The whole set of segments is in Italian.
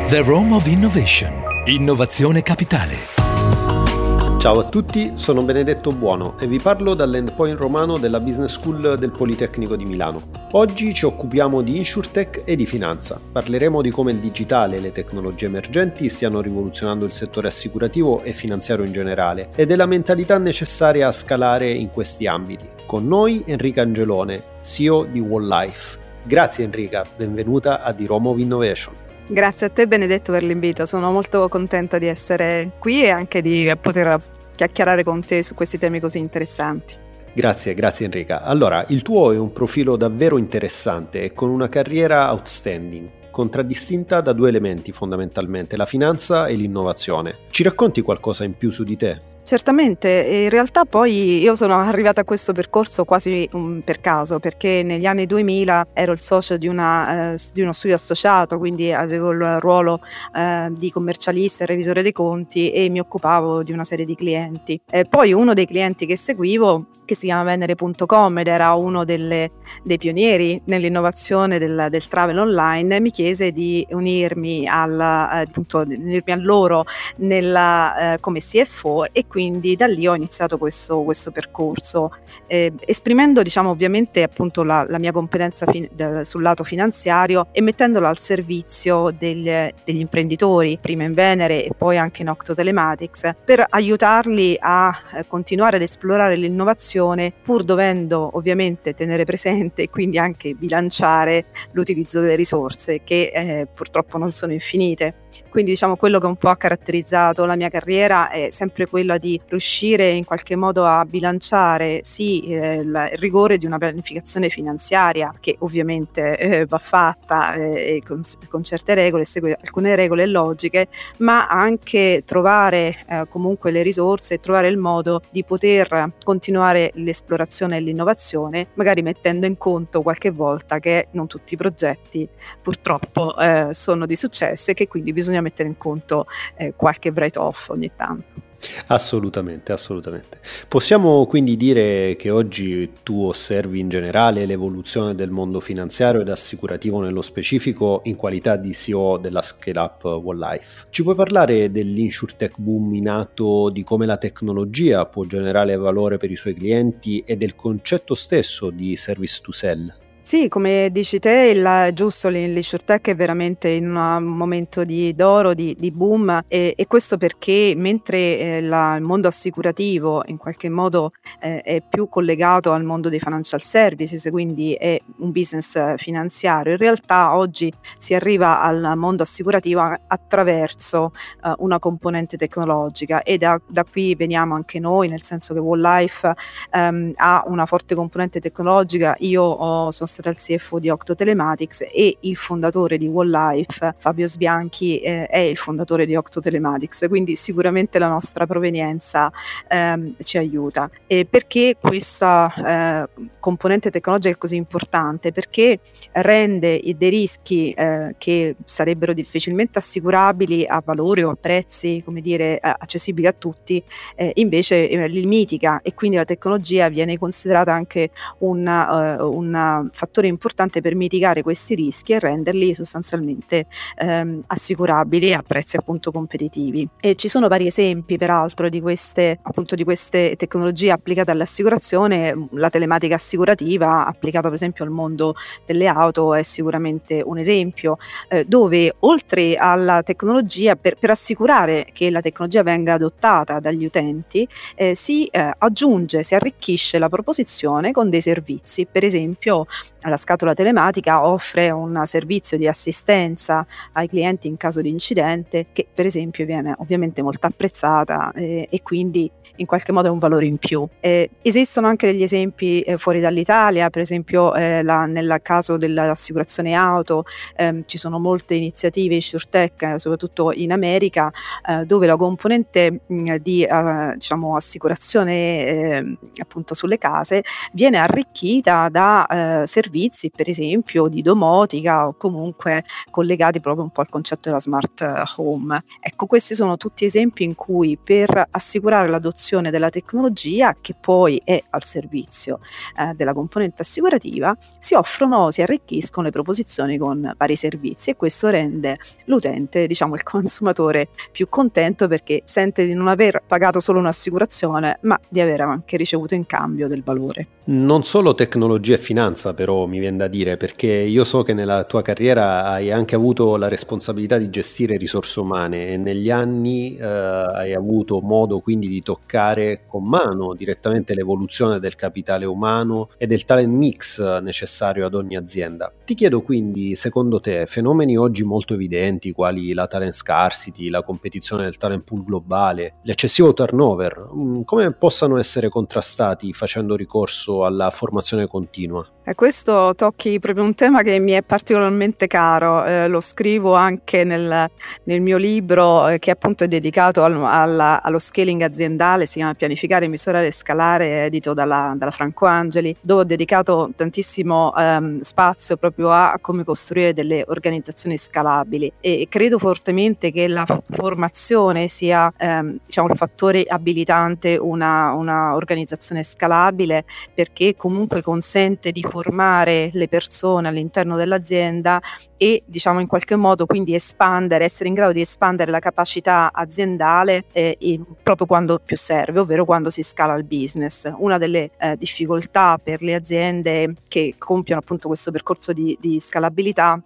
The Rome of Innovation. Innovazione capitale. Ciao a tutti, sono Benedetto Buono e vi parlo dall'Endpoint Romano della Business School del Politecnico di Milano. Oggi ci occupiamo di InsurTech e di finanza. Parleremo di come il digitale e le tecnologie emergenti stiano rivoluzionando il settore assicurativo e finanziario in generale e della mentalità necessaria a scalare in questi ambiti. Con noi Enrica Angelone, CEO di Walllife. Grazie Enrica, benvenuta a The Rome of Innovation. Grazie a te Benedetto per l'invito, sono molto contenta di essere qui e anche di poter chiacchierare con te su questi temi così interessanti. Grazie Enrica. Allora, il tuo è un profilo davvero interessante e con una carriera outstanding, contraddistinta da due elementi fondamentalmente, la finanza e l'innovazione. Ci racconti qualcosa in più su di te? Certamente, in realtà poi io sono arrivata a questo percorso quasi per caso, perché negli anni 2000 ero il socio di uno studio associato, quindi avevo il ruolo di commercialista e revisore dei conti e mi occupavo di una serie di clienti. Poi uno dei clienti che seguivo, che si chiama Venere.com ed era uno dei pionieri nell'innovazione del travel online, mi chiese di unirmi a loro come CFO e quindi da lì ho iniziato questo percorso, esprimendo ovviamente appunto la mia competenza sul lato finanziario e mettendola al servizio degli imprenditori, prima in Venere e poi anche in Octo Telematics, per aiutarli a continuare ad esplorare l'innovazione, pur dovendo ovviamente tenere presente e quindi anche bilanciare l'utilizzo delle risorse che purtroppo non sono infinite. Quindi quello che un po' ha caratterizzato la mia carriera è sempre quello di riuscire in qualche modo a bilanciare il rigore di una pianificazione finanziaria che ovviamente va fatta con certe regole, segue alcune regole logiche, ma anche trovare comunque le risorse e trovare il modo di poter continuare l'esplorazione e l'innovazione, magari mettendo in conto qualche volta che non tutti i progetti purtroppo sono di successo e che quindi bisogna mettere in conto qualche write-off ogni tanto. Assolutamente. Possiamo quindi dire che oggi tu osservi in generale l'evoluzione del mondo finanziario ed assicurativo nello specifico in qualità di CEO della scale-up Walllife. Ci puoi parlare dell'InsurTech boom in atto, di come la tecnologia può generare valore per i suoi clienti e del concetto stesso di service to sell? Sì, come dici te, giusto, l'InsurTech è veramente in un momento d'oro, di boom e questo perché mentre il mondo assicurativo in qualche modo è più collegato al mondo dei financial services, quindi è un business finanziario, in realtà oggi si arriva al mondo assicurativo attraverso una componente tecnologica e da qui veniamo anche noi, nel senso che Walllife ha una forte componente tecnologica. Io sono stata il CFO di Octo Telematics e il fondatore di Walllife, Fabio Sbianchi, è il fondatore di Octo Telematics, quindi sicuramente la nostra provenienza ci aiuta. E perché questa componente tecnologica è così importante? Perché rende dei rischi che sarebbero difficilmente assicurabili a valori o a prezzi, accessibili a tutti, invece li mitiga, e quindi la tecnologia viene considerata anche un fattore importante per mitigare questi rischi e renderli sostanzialmente assicurabili a prezzi appunto competitivi. E ci sono vari esempi peraltro di queste tecnologie applicate all'assicurazione. La telematica assicurativa applicata per esempio al mondo delle auto è sicuramente un esempio, dove oltre alla tecnologia, per assicurare che la tecnologia venga adottata dagli utenti, si arricchisce la proposizione con dei servizi. Per esempio la scatola telematica offre un servizio di assistenza ai clienti in caso di incidente che per esempio viene ovviamente molto apprezzata e quindi in qualche modo è un valore in più. Esistono anche degli esempi fuori dall'Italia, per esempio nel caso dell'assicurazione auto ci sono molte iniziative InsurTech, soprattutto in America, dove la componente di assicurazione appunto sulle case viene arricchita da servizi servizi, per esempio di domotica o comunque collegati proprio un po' al concetto della smart home. Ecco, questi sono tutti esempi in cui per assicurare l'adozione della tecnologia, che poi è al servizio della componente assicurativa, si arricchiscono le proposizioni con vari servizi, e questo rende l'utente, diciamo il consumatore, più contento perché sente di non aver pagato solo un'assicurazione, ma di aver anche ricevuto in cambio del valore. Non solo tecnologia e finanza, però, mi viene da dire, perché io so che nella tua carriera hai anche avuto la responsabilità di gestire risorse umane e negli anni hai avuto modo quindi di toccare con mano direttamente l'evoluzione del capitale umano e del talent mix necessario ad ogni azienda. Ti chiedo quindi, secondo te, fenomeni oggi molto evidenti quali la talent scarcity, la competizione del talent pool globale, l'eccessivo turnover, come possano essere contrastati facendo ricorso alla formazione continua? E questo tocchi proprio un tema che mi è particolarmente caro, lo scrivo anche nel mio libro che appunto è dedicato allo scaling aziendale, si chiama Pianificare, misurare e scalare, edito dalla Franco Angeli, dove ho dedicato tantissimo spazio proprio a come costruire delle organizzazioni scalabili, e credo fortemente che la formazione sia diciamo il fattore abilitante una organizzazione scalabile, perché comunque consente di formare le persone all'interno dell'azienda e diciamo in qualche modo quindi essere in grado di espandere la capacità aziendale proprio quando più serve, ovvero quando si scala il business. Una delle difficoltà per le aziende che compiono appunto questo percorso di scalabilità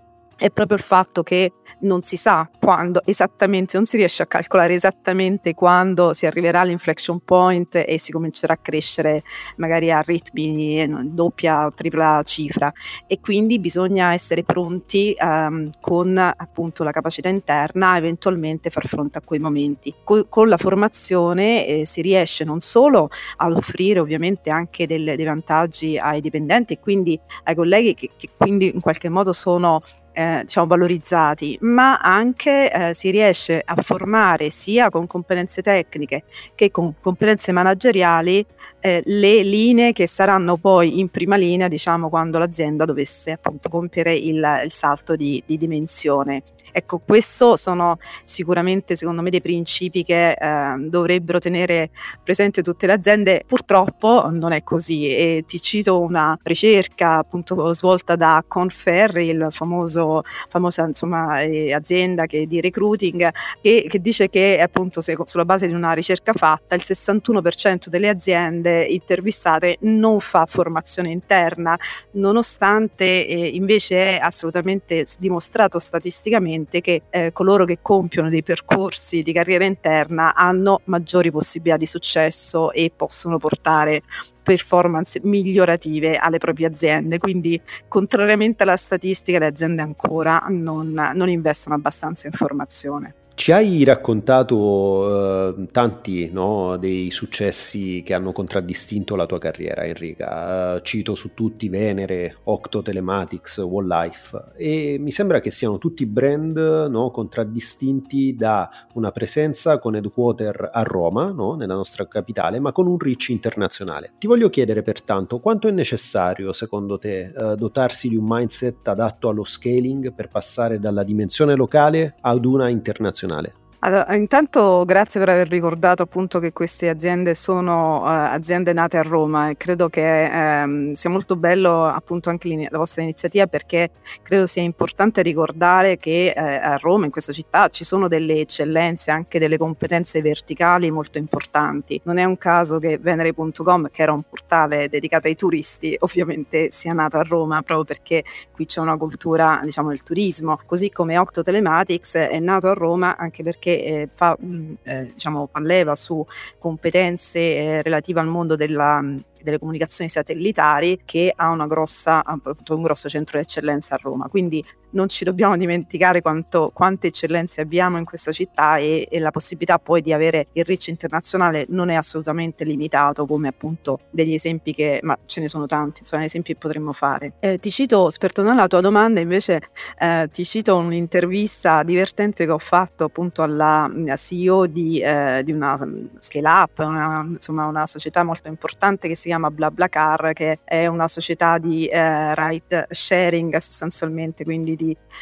è proprio il fatto che non si sa quando esattamente, non si riesce a calcolare esattamente quando si arriverà all'inflection point e si comincerà a crescere magari a ritmi doppia o tripla cifra, e quindi bisogna essere pronti con appunto la capacità interna a eventualmente far fronte a quei momenti. Con la formazione si riesce non solo ad offrire ovviamente anche dei vantaggi ai dipendenti e quindi ai colleghi che quindi in qualche modo sono diciamo valorizzati, ma anche si riesce a formare sia con competenze tecniche che con competenze manageriali le linee che saranno poi in prima linea, diciamo, quando l'azienda dovesse appunto compiere il salto di dimensione. Ecco, questo sono sicuramente secondo me dei principi che dovrebbero tenere presente tutte le aziende. Purtroppo non è così, e ti cito una ricerca appunto svolta da Conferri, il famosa insomma azienda di recruiting, che dice che appunto sulla base di una ricerca fatta il 61% delle aziende intervistate non fa formazione interna, nonostante invece è assolutamente dimostrato statisticamente che coloro che compiono dei percorsi di carriera interna hanno maggiori possibilità di successo e possono portare performance migliorative alle proprie aziende. Quindi, contrariamente alla statistica, le aziende ancora non investono abbastanza in formazione. Ci hai raccontato tanti, no, dei successi che hanno contraddistinto la tua carriera, Enrica. Cito su tutti Venere, Octo Telematics, Wall Life, e mi sembra che siano tutti brand, no, contraddistinti da una presenza con headquarter a Roma, no, nella nostra capitale, ma con un reach internazionale. Ti voglio chiedere pertanto quanto è necessario, secondo te, dotarsi di un mindset adatto allo scaling per passare dalla dimensione locale ad una internazionale? Allora, intanto grazie per aver ricordato appunto che queste aziende sono aziende nate a Roma, e credo che sia molto bello appunto anche la vostra iniziativa, perché credo sia importante ricordare che a Roma, in questa città, ci sono delle eccellenze, anche delle competenze verticali molto importanti. Non è un caso che Venere.com, che era un portale dedicato ai turisti, ovviamente sia nato a Roma, proprio perché qui c'è una cultura, diciamo, del turismo, così come Octo Telematics è nato a Roma anche perché fa diciamo leva su competenze relative al mondo delle comunicazioni satellitari, che ha un grosso centro di eccellenza a Roma. Quindi non ci dobbiamo dimenticare quante eccellenze abbiamo in questa città, e la possibilità poi di avere il reach internazionale non è assolutamente limitato, come appunto degli esempi ma ce ne sono tanti, sono esempi che potremmo fare. Ti cito, per tornare alla tua domanda invece, ti cito un'intervista divertente che ho fatto appunto al la CEO di una scale up, una società molto importante che si chiama BlaBlaCar, che è una società di ride sharing sostanzialmente, quindi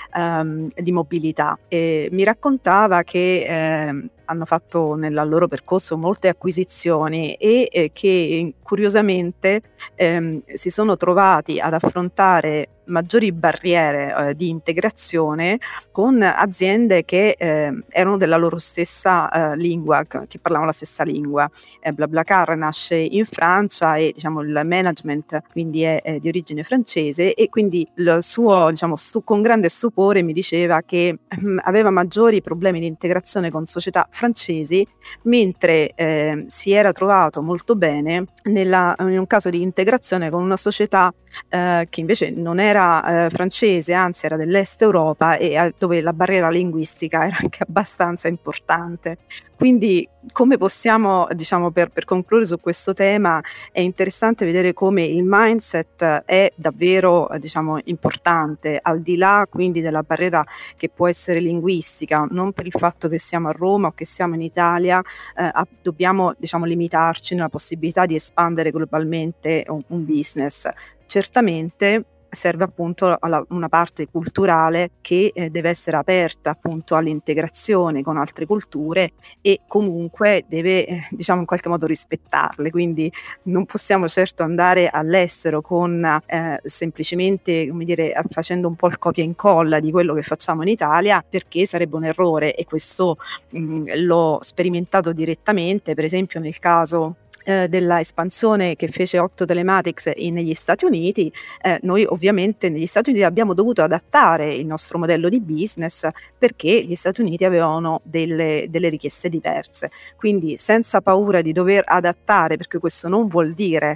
di mobilità. E mi raccontava che hanno fatto nel loro percorso molte acquisizioni e che curiosamente si sono trovati ad affrontare maggiori barriere di integrazione con aziende che erano della loro stessa lingua, che parlavano la stessa lingua. BlaBlaCar nasce in Francia e diciamo il management quindi è di origine francese, e quindi il suo con grande stupore mi diceva che aveva maggiori problemi di integrazione con società francesi, mentre si era trovato molto bene in un caso di integrazione con una società che invece non era francese, anzi era dell'est Europa, e dove la barriera linguistica era anche abbastanza importante. Quindi come possiamo, per concludere su questo tema, è interessante vedere come il mindset è davvero importante, al di là quindi della barriera che può essere linguistica. Non per il fatto che siamo a Roma o che siamo in Italia dobbiamo limitarci nella possibilità di espandere globalmente un business. Certamente serve appunto una parte culturale che deve essere aperta appunto all'integrazione con altre culture, e comunque deve in qualche modo rispettarle. Quindi non possiamo certo andare all'estero con semplicemente facendo un po' il copia e incolla di quello che facciamo in Italia, perché sarebbe un errore, e questo l'ho sperimentato direttamente, per esempio nel caso della espansione che fece Octo Telematics negli Stati Uniti. Noi ovviamente negli Stati Uniti abbiamo dovuto adattare il nostro modello di business, perché gli Stati Uniti avevano delle richieste diverse, quindi senza paura di dover adattare, perché questo non vuol dire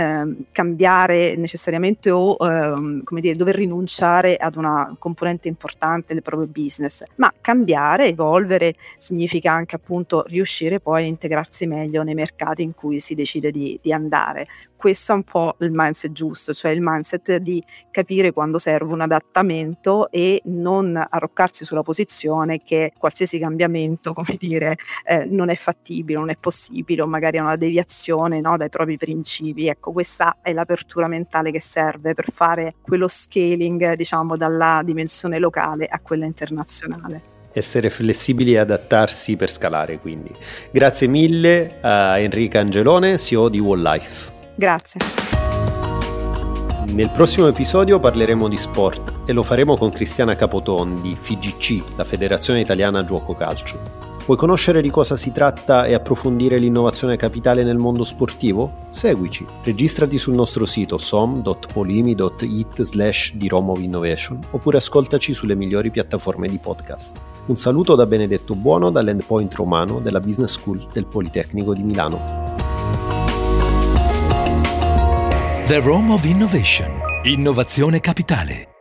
cambiare necessariamente o dover rinunciare ad una componente importante del proprio business, ma cambiare, evolvere significa anche appunto riuscire poi a integrarsi meglio nei mercati in cui si decide di andare. Questo è un po' il mindset giusto, cioè il mindset di capire quando serve un adattamento e non arroccarsi sulla posizione che qualsiasi cambiamento non è fattibile, non è possibile, o magari è una deviazione dai propri principi. Ecco, questa è l'apertura mentale che serve per fare quello scaling dalla dimensione locale a quella internazionale. Essere flessibili e adattarsi per scalare, quindi. Grazie mille a Enrica Angelone, CEO di Walllife. Grazie. Nel prossimo episodio parleremo di sport e lo faremo con Cristiana Capoton di FIGC, la Federazione Italiana Giuoco Calcio. Vuoi conoscere di cosa si tratta e approfondire l'innovazione capitale nel mondo sportivo? Seguici, registrati sul nostro sito som.polimi.it/DiRomovinnovation oppure ascoltaci sulle migliori piattaforme di podcast. Un saluto da Benedetto Buono dall'Endpoint Romano della Business School del Politecnico di Milano. The Rome of Innovation. Innovazione capitale.